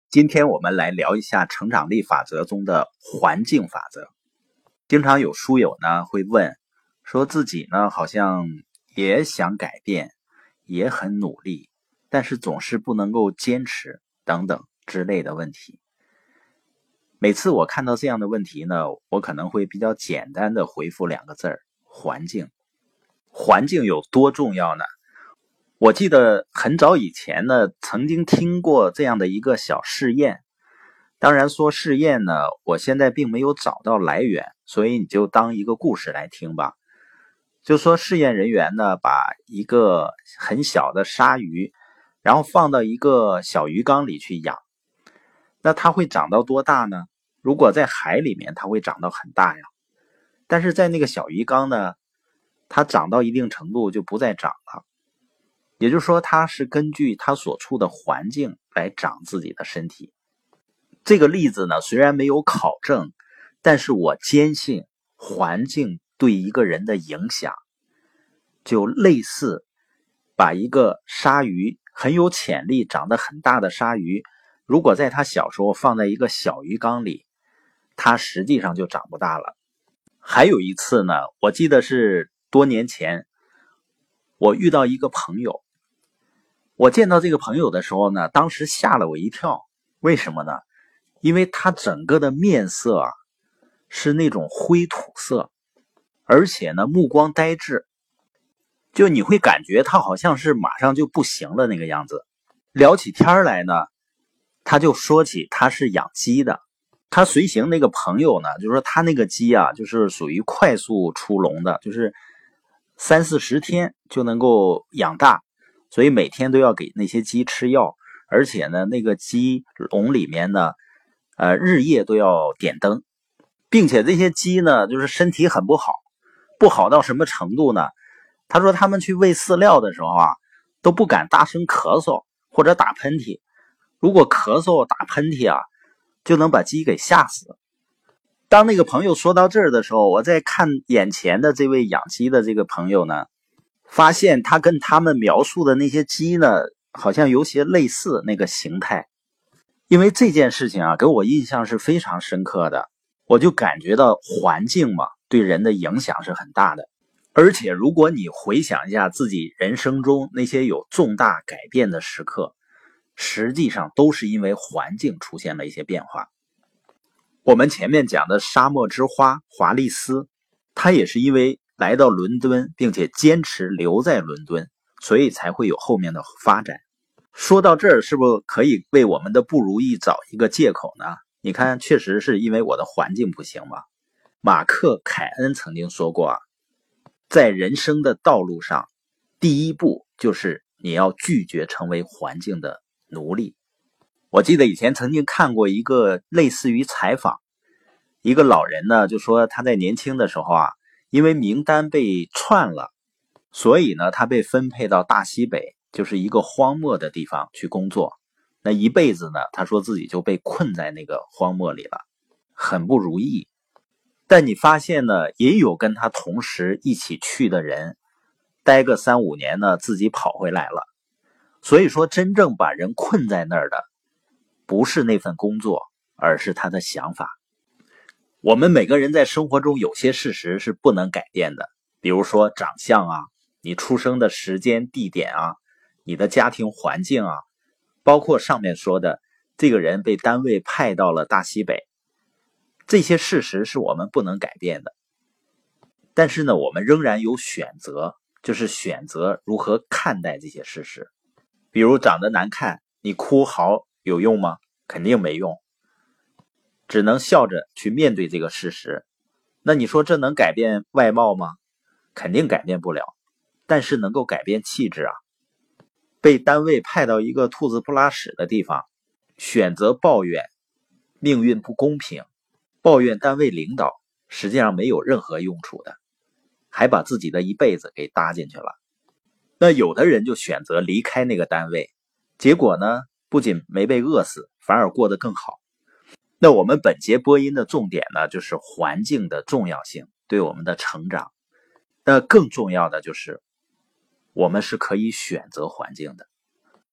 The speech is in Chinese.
今天我们来聊一下成长力法则中的环境法则。经常有书友呢会问，说自己呢好像也想改变，也很努力，但是总是不能够坚持等等之类的问题。每次我看到这样的问题呢，我可能会比较简单的回复2个字儿：环境。环境有多重要呢？我记得很早以前呢，曾经听过这样的一个小试验。当然说试验呢，我现在并没有找到来源，所以你就当一个故事来听吧。就说试验人员呢，把一个很小的鲨鱼，然后放到一个小鱼缸里去养。那它会长到多大呢？如果在海里面，它会长到很大呀。但是在那个小鱼缸呢，它长到一定程度就不再长了。也就是说，它是根据它所处的环境来长自己的身体。这个例子呢，虽然没有考证，但是我坚信环境对一个人的影响，就类似把一个鲨鱼很有潜力长得很大的鲨鱼，如果在它小时候放在一个小鱼缸里，它实际上就长不大了。还有一次呢，我记得是多年前，我遇到一个朋友。我见到这个朋友的时候呢，当时吓了我一跳。为什么呢？因为他整个的面色是那种灰土色，而且呢目光呆滞，就你会感觉他好像是马上就不行了那个样子。聊起天来呢，他就说起他是养鸡的。他随行那个朋友呢，就说他那个鸡啊，就是属于快速出笼的，就是30-40天就能够养大。所以每天都要给那些鸡吃药，而且呢，那个鸡笼里面呢，日夜都要点灯，并且这些鸡呢，就是身体很不好，不好到什么程度呢？他说他们去喂饲料的时候啊，都不敢大声咳嗽或者打喷嚏，如果咳嗽打喷嚏啊，就能把鸡给吓死。当那个朋友说到这儿的时候，我在看眼前的这位养鸡的这个朋友呢，发现他跟他们描述的那些鸡呢，好像有些类似那个形态。因为这件事情啊，给我印象是非常深刻的，我就感觉到环境嘛，对人的影响是很大的。而且如果你回想一下自己人生中那些有重大改变的时刻，实际上都是因为环境出现了一些变化。我们前面讲的沙漠之花华丽丝，它也是因为来到伦敦，并且坚持留在伦敦，所以才会有后面的发展。说到这儿，是不是可以为我们的不如意找一个借口呢？你看，确实是因为我的环境不行嘛。马克·凯恩曾经说过啊，在人生的道路上，第一步就是你要拒绝成为环境的奴隶。我记得以前曾经看过一个类似于采访，一个老人呢就说他在年轻的时候啊，因为名单被串了，所以呢他被分配到大西北，就是一个荒漠的地方去工作。那一辈子呢，他说自己就被困在那个荒漠里了，很不如意。但你发现呢，也有跟他同时一起去的人，待个3-5年呢，自己跑回来了。所以说真正把人困在那儿的，不是那份工作，而是他的想法。我们每个人在生活中有些事实是不能改变的，比如说长相啊，你出生的时间地点啊，你的家庭环境啊，包括上面说的这个人被单位派到了大西北，这些事实是我们不能改变的。但是呢，我们仍然有选择，就是选择如何看待这些事实。比如长得难看，你哭嚎有用吗？肯定没用，只能笑着去面对这个事实。那你说这能改变外貌吗？肯定改变不了，但是能够改变气质啊。被单位派到一个兔子不拉屎的地方，选择抱怨命运不公平，抱怨单位领导，实际上没有任何用处的，还把自己的一辈子给搭进去了。那有的人就选择离开那个单位，结果呢，不仅没被饿死，反而过得更好。那我们本节播音的重点呢，就是环境的重要性对我们的成长。那更重要的就是，我们是可以选择环境的。